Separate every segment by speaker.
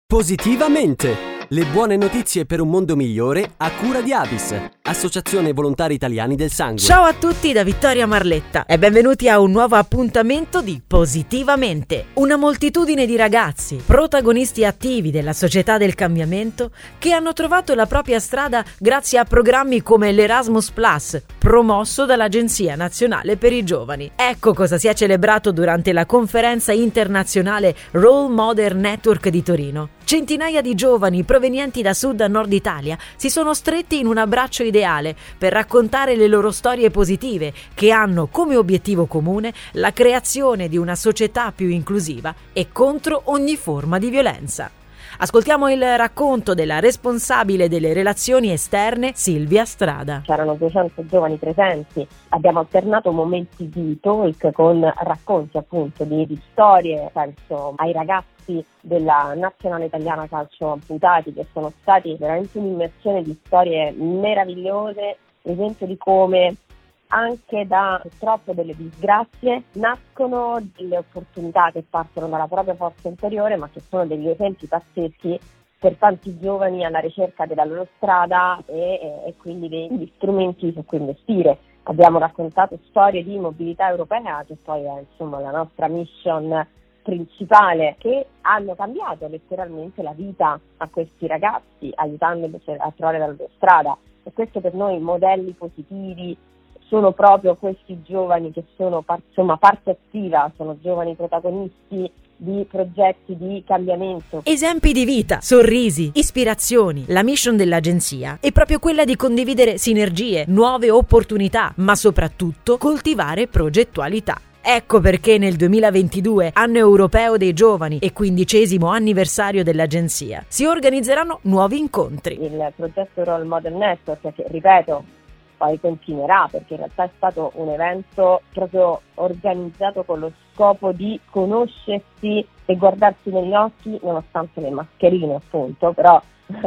Speaker 1: Positivamente! Le buone notizie per un mondo migliore a cura di Avis, Associazione Volontari Italiani del Sangue.
Speaker 2: Ciao a tutti da Vittoria Marletta e benvenuti a un nuovo appuntamento di Positivamente. Una moltitudine di ragazzi, protagonisti attivi della società del cambiamento, che hanno trovato la propria strada grazie a programmi come l'Erasmus Plus, promosso dall'Agenzia Nazionale per i Giovani. Ecco cosa si è celebrato durante la conferenza internazionale Role Model Network di Torino. Centinaia di giovani provenienti da sud a nord Italia si sono stretti in un abbraccio ideale per raccontare le loro storie positive che hanno come obiettivo comune la creazione di una società più inclusiva e contro ogni forma di violenza. Ascoltiamo il racconto della responsabile delle relazioni esterne, Silvia Strada.
Speaker 3: C'erano 200 giovani presenti, abbiamo alternato momenti di talk con racconti appunto di storie, penso ai ragazzi della Nazionale Italiana Calcio Amputati, che sono stati veramente un'immersione di storie meravigliose, esempio di come anche da purtroppo delle disgrazie nascono delle opportunità che partono dalla propria forza interiore, ma che sono degli esempi pazzeschi per tanti giovani alla ricerca della loro strada e quindi degli strumenti su cui investire. Abbiamo raccontato storie di mobilità europea, che poi è insomma la nostra mission principale, che hanno cambiato letteralmente la vita a questi ragazzi, aiutandoli a trovare la loro strada. E questo per noi modelli positivi sono proprio questi giovani che sono parte attiva, sono giovani protagonisti di progetti di cambiamento.
Speaker 2: Esempi di vita, sorrisi, ispirazioni. La mission dell'agenzia è proprio quella di condividere sinergie, nuove opportunità, ma soprattutto coltivare progettualità. Ecco perché nel 2022, anno europeo dei giovani e 15° anniversario dell'agenzia, si organizzeranno nuovi incontri.
Speaker 3: Il progetto Role Model Network, che ripeto, poi continuerà, perché in realtà è stato un evento proprio organizzato con lo scopo di conoscersi e guardarsi negli occhi, nonostante le mascherine appunto, però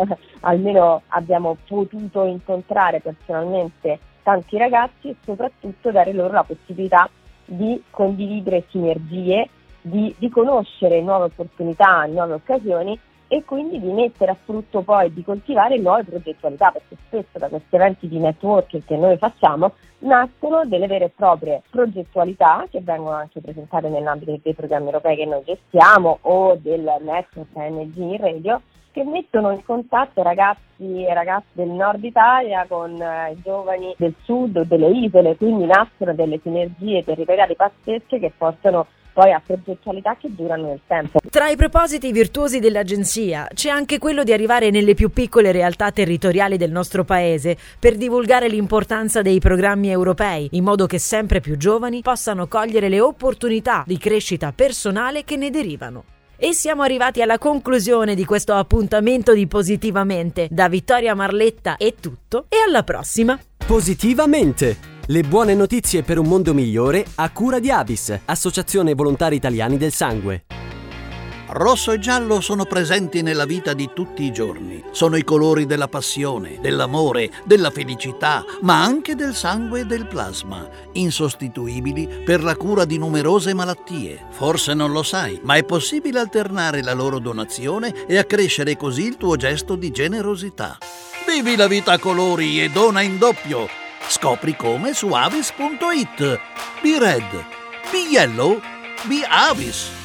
Speaker 3: almeno abbiamo potuto incontrare personalmente tanti ragazzi e soprattutto dare loro la possibilità di condividere sinergie, di conoscere nuove opportunità, nuove occasioni e quindi di mettere a frutto poi, di coltivare nuove progettualità, perché spesso da questi eventi di networking che noi facciamo nascono delle vere e proprie progettualità che vengono anche presentate nell'ambito dei programmi europei che noi gestiamo o del network ANG in radio, che mettono in contatto ragazzi e ragazze del nord Italia con i giovani del sud o delle isole, quindi nascono delle sinergie territoriali pazzesche che portano poi a progettualità che durano nel tempo.
Speaker 2: Tra i propositi virtuosi dell'agenzia c'è anche quello di arrivare nelle più piccole realtà territoriali del nostro paese per divulgare l'importanza dei programmi europei, in modo che sempre più giovani possano cogliere le opportunità di crescita personale che ne derivano. E siamo arrivati alla conclusione di questo appuntamento di Positivamente. Da Vittoria Marletta è tutto e alla prossima!
Speaker 1: Positivamente! Le buone notizie per un mondo migliore a cura di Avis, Associazione Volontari Italiani del Sangue.
Speaker 4: Rosso e giallo sono presenti nella vita di tutti i giorni. Sono i colori della passione, dell'amore, della felicità, ma anche del sangue e del plasma, insostituibili per la cura di numerose malattie. Forse non lo sai, ma è possibile alternare la loro donazione e accrescere così il tuo gesto di generosità. Vivi la vita a colori e dona in doppio. Scopri come su avis.it. Be red, be yellow, be Avis.